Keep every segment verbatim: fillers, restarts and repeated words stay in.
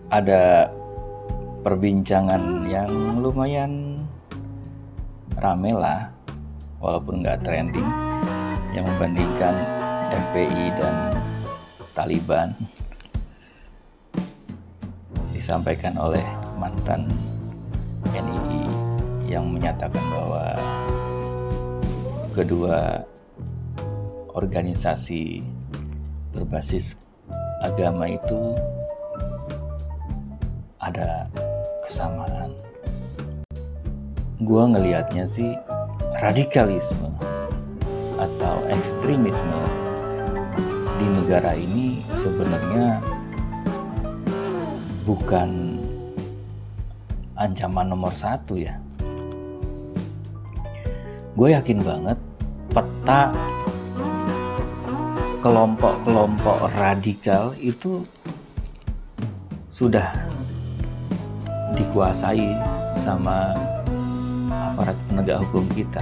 ada perbincangan yang lumayan rame lah, walaupun nggak trending, yang membandingkan F P I dan Taliban. Disampaikan oleh mantan N I I yang menyatakan bahwa kedua organisasi berbasis agama itu ada kesamaan. Gua ngelihatnya sih radikalisme atau ekstremisme di negara ini sebenarnya bukan ancaman nomor satu ya. Gue yakin banget peta kelompok-kelompok radikal itu sudah dikuasai sama aparat penegak hukum kita.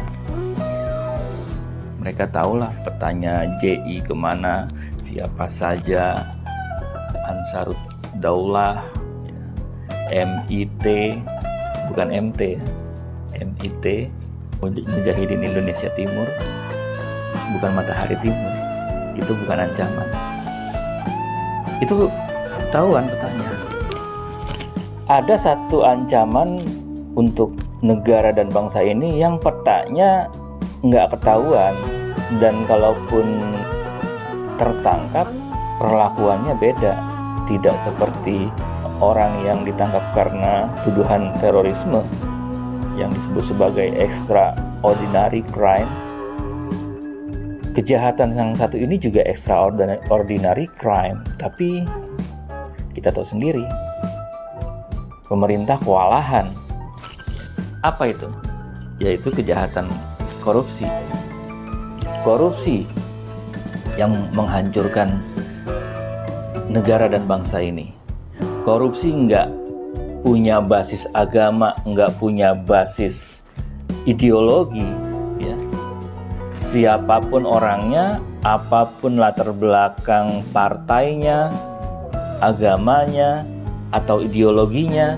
Mereka tahulah petanya J I kemana, siapa saja, Ansarut Daulah, M I T, bukan M T, M I T, Mujahidin Indonesia Timur, bukan Matahari Timur, itu bukan ancaman. Itu ketahuan petanya. Ada satu ancaman untuk negara dan bangsa ini yang petanya nggak ketahuan, dan kalaupun tertangkap perlakuannya beda, tidak seperti orang yang ditangkap karena tuduhan terorisme yang disebut sebagai extraordinary crime. Kejahatan yang satu ini juga extraordinary crime, tapi kita tahu sendiri pemerintah kewalahan. Apa itu? Yaitu kejahatan korupsi. Korupsi yang menghancurkan negara dan bangsa ini. Korupsi nggak punya basis agama, nggak punya basis ideologi, ya. Siapapun orangnya, apapun latar belakang partainya, agamanya, atau ideologinya,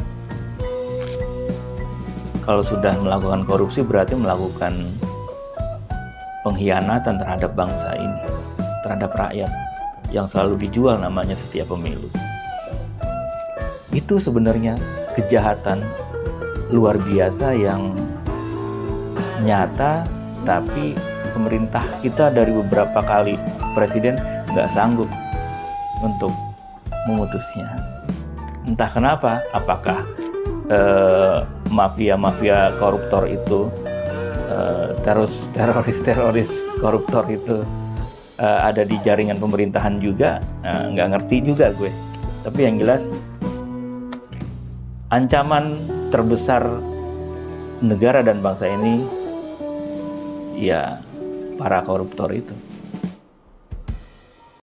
kalau sudah melakukan korupsi berarti melakukan pengkhianatan terhadap bangsa ini, terhadap rakyat yang selalu dijual namanya setiap pemilu. Itu sebenarnya kejahatan luar biasa yang nyata, tapi pemerintah kita dari beberapa kali presiden nggak sanggup untuk memutusnya. Entah kenapa, apakah eh, mafia-mafia koruptor itu, eh, terus teroris-teroris koruptor itu eh, ada di jaringan pemerintahan juga, eh, nggak ngerti juga gue. Tapi yang jelas, ancaman terbesar negara dan bangsa ini ya para koruptor itu.